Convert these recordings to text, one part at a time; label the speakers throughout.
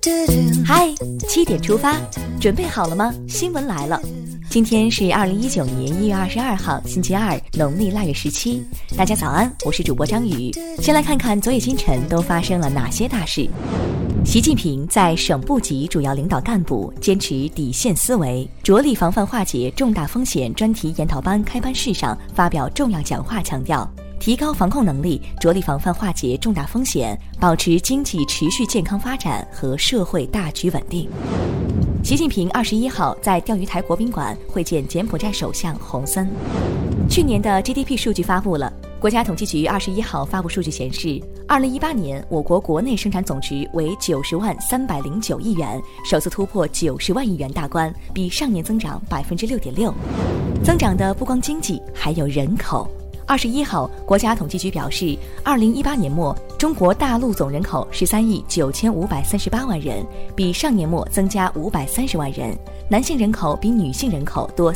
Speaker 1: 嗨，7点出发，准备好了吗？新闻来了。今天是2019年1月22号，星期二，农历腊月17。大家早安，我是主播张宇。先来看看昨夜今晨都发生了哪些大事。习近平在省部级主要领导干部坚持底线思维，着力防范化解重大风险专题研讨班开班式上发表重要讲话，强调提高防控能力，着力防范化解重大风险，保持经济持续健康发展和社会大局稳定。习近平21号在钓鱼台国宾馆会见柬埔寨首相洪森。去年的 GDP 数据发布了，国家统计局21号发布数据显示，2018年我国国内生产总值为90万309亿元，首次突破90万亿元大关，比上年增长 6.6%。增长的不光经济，还有人口。21号，国家统计局表示，2018年末，中国大陆总人口13亿9538万人，比上年末增加530万人，男性人口比女性人口多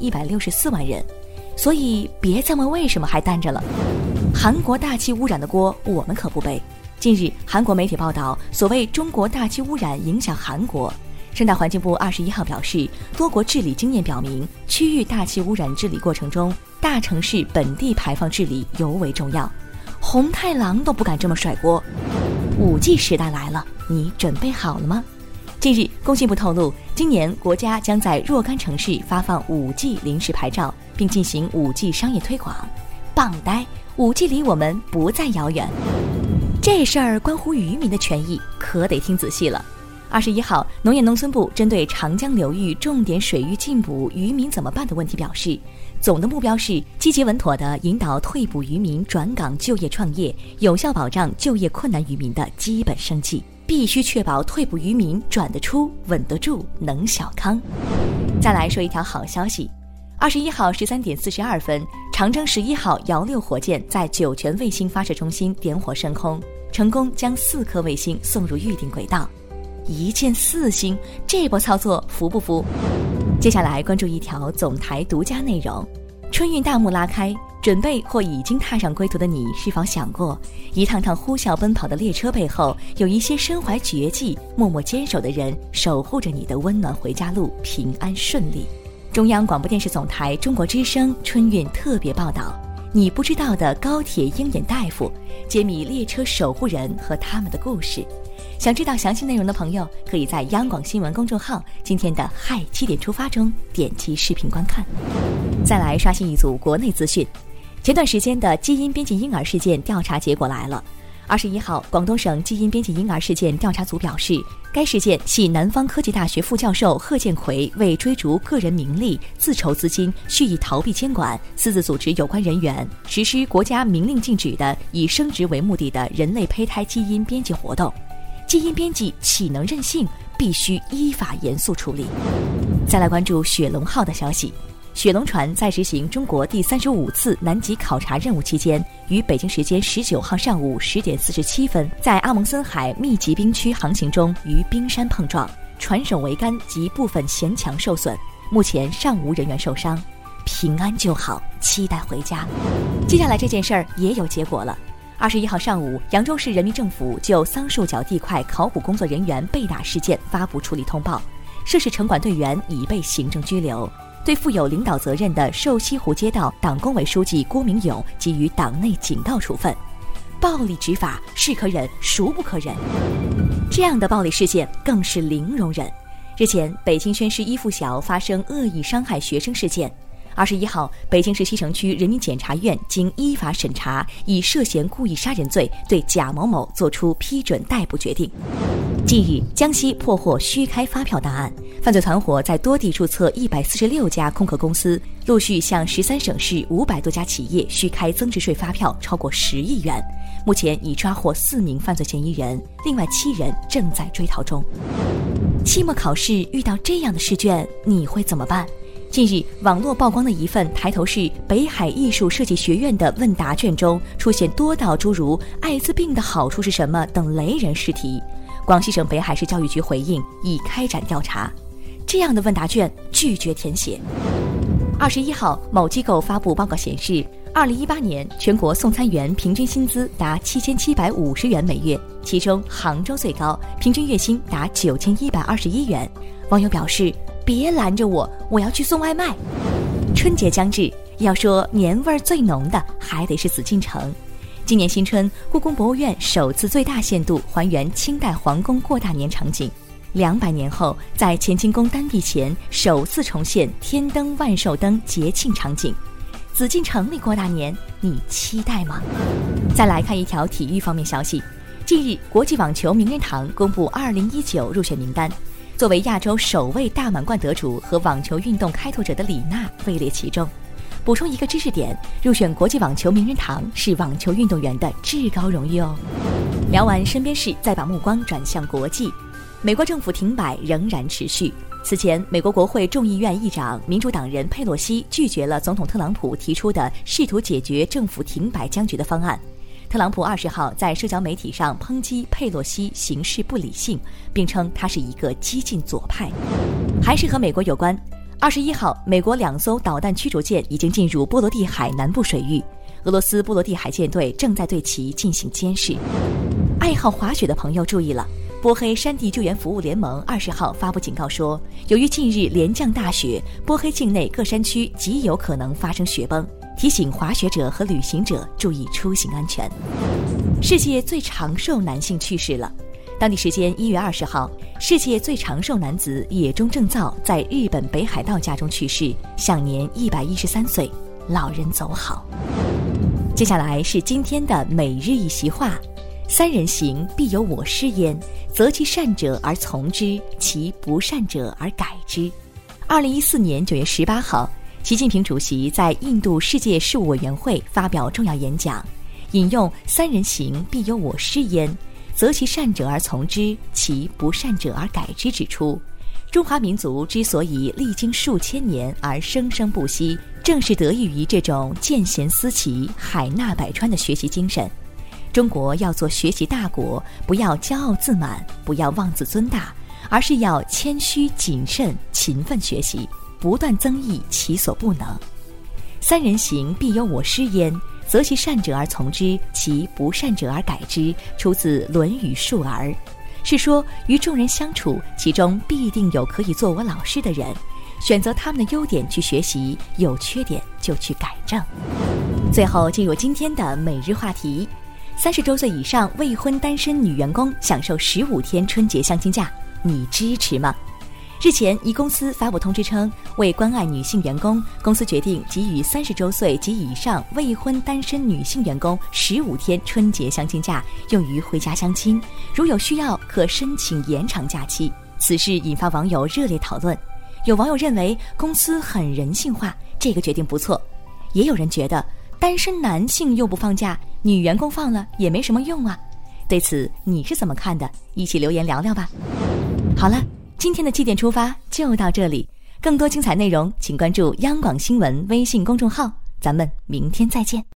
Speaker 1: 3164万人。所以别再问为什么还单着了，韩国大气污染的锅我们可不背。近日，韩国媒体报道，所谓中国大气污染影响韩国。生态环境部21号表示，多国治理经验表明，区域大气污染治理过程中，大城市本地排放治理尤为重要。红太狼都不敢这么甩锅。5G 时代来了，你准备好了吗？近日，工信部透露，今年国家将在若干城市发放5G 临时牌照，并进行5G 商业推广。棒呆 ，5G 离我们不再遥远。这事儿关乎渔民的权益，可得听仔细了。21号，农业农村部针对长江流域重点水域禁捕渔民怎么办的问题表示，总的目标是积极稳妥地引导退捕渔民转岗就业创业，有效保障就业困难渔民的基本生计，必须确保退捕渔民转得出、稳得住、能小康。再来说一条好消息，21号13点42分，长征11号遥6火箭在酒泉卫星发射中心点火升空，成功将4颗卫星送入预定轨道。一箭4星，这波操作服不服？接下来关注一条总台独家内容。春运大幕拉开，准备或已经踏上归途的你，是否想过，一趟趟呼啸奔跑的列车背后，有一些身怀绝技、默默坚守的人，守护着你的温暖回家路平安顺利。中央广播电视总台中国之声春运特别报道，你不知道的高铁鹰眼大夫，揭秘列车守护人和他们的故事。想知道详细内容的朋友，可以在央广新闻公众号今天的嗨7点出发中点击视频观看。再来刷新一组国内资讯。前段时间的基因编辑婴儿事件调查结果来了。21号，广东省基因编辑婴儿事件调查组表示，该事件系南方科技大学副教授贺建奎为追逐个人名利，自筹资金，蓄意逃避监管，私自组织有关人员实施国家明令禁止的以生殖为目的的人类胚胎基因编辑活动。基因编辑岂能任性，必须依法严肃处理。再来关注雪龙号的消息。雪龙船在执行中国第35次南极考察任务期间，于北京时间19号上午10点47分，在阿蒙森海密集冰区航行中与冰山碰撞，船首桅杆及部分舷墙受损，目前尚无人员受伤，平安就好，期待回家。接下来这件事儿也有结果了。21号上午，扬州市人民政府就桑树角地块考古工作人员被打事件发布处理通报，涉事城管队员已被行政拘留，对负有领导责任的瘦西湖街道党工委书记郭明勇给予党内警告处分。暴力执法是可忍，孰不可忍？这样的暴力事件更是零容忍。日前，北京宣师一附小发生恶意伤害学生事件。21号，北京市西城区人民检察院经依法审查，以涉嫌故意杀人罪对贾某某作出批准逮捕决定。近日，江西破获虚开发票大案，犯罪团伙在多地注册146家空壳公司，陆续向13省市500多家企业虚开增值税发票超过10亿元。目前已抓获4名犯罪嫌疑人，另外7人正在追逃中。期末考试遇到这样的试卷，你会怎么办？近日，网络曝光的一份抬头是北海艺术设计学院的问答卷中，出现多道诸如艾滋病的好处是什么等雷人试题。广西省北海市教育局回应，已开展调查。这样的问答卷拒绝填写。21号，某机构发布报告显示 2018年全国送餐员平均薪资达7750元每月，其中杭州最高，平均月薪达9121元。网友表示，别拦着我，我要去送外卖。春节将至，要说年味儿最浓的还得是紫禁城。今年新春，故宫博物院首次最大限度还原清代皇宫过大年场景。200年后，在乾清宫丹壁前首次重现天灯万寿灯节庆场景。紫禁城里过大年，你期待吗？再来看一条体育方面消息。近日，国际网球名人堂公布2019入选名单，作为亚洲首位大满贯得主和网球运动开拓者的李娜位列其中。补充一个知识点，入选国际网球名人堂是网球运动员的至高荣誉哦。聊完身边事，再把目光转向国际。美国政府停摆仍然持续。此前，美国国会众议院议长民主党人佩洛西拒绝了总统特朗普提出的试图解决政府停摆僵局的方案。特朗普20号在社交媒体上抨击佩洛西行事不理性，并称他是一个激进左派。还是和美国有关。21号，美国2艘导弹驱逐舰已经进入波罗的海南部水域，俄罗斯波罗的海舰队正在对其进行监视。爱好滑雪的朋友注意了，波黑山地救援服务联盟20号发布警告说，由于近日连降大雪，波黑境内各山区极有可能发生雪崩，提醒滑雪者和旅行者注意出行安全。世界最长寿男性去世了。当地时间1月20号，世界最长寿男子野中正造在日本北海道家中去世，享年113岁，老人走好。接下来是今天的每日一席话：三人行，必有我师焉，择其善者而从之，其不善者而改之。2014年9月18号，习近平主席在印度世界事务委员会发表重要演讲，引用三人行，必有我师焉，择其善者而从之，其不善者而改之，指出中华民族之所以历经数千年而生生不息，正是得益于这种见贤思齐、海纳百川的学习精神。中国要做学习大国，不要骄傲自满，不要妄自尊大，而是要谦虚谨慎、勤奋学习，不断增益其所不能。三人行，必有我师焉，择其善者而从之，其不善者而改之，出自《论语·述而》，是说与众人相处，其中必定有可以做我老师的人，选择他们的优点去学习，有缺点就去改正。最后进入今天的每日话题：30周岁以上未婚单身女员工享受15天春节相亲假，你支持吗？日前，一公司发布通知称，为关爱女性员工，公司决定给予30周岁及以上未婚单身女性员工15天春节相亲假，用于回家相亲，如有需要可申请延长假期。此事引发网友热烈讨论，有网友认为公司很人性化，这个决定不错，也有人觉得单身男性又不放假，女员工放了也没什么用啊。对此你是怎么看的？一起留言聊聊吧。好了，今天的7点出发就到这里，更多精彩内容请关注央广新闻微信公众号，咱们明天再见。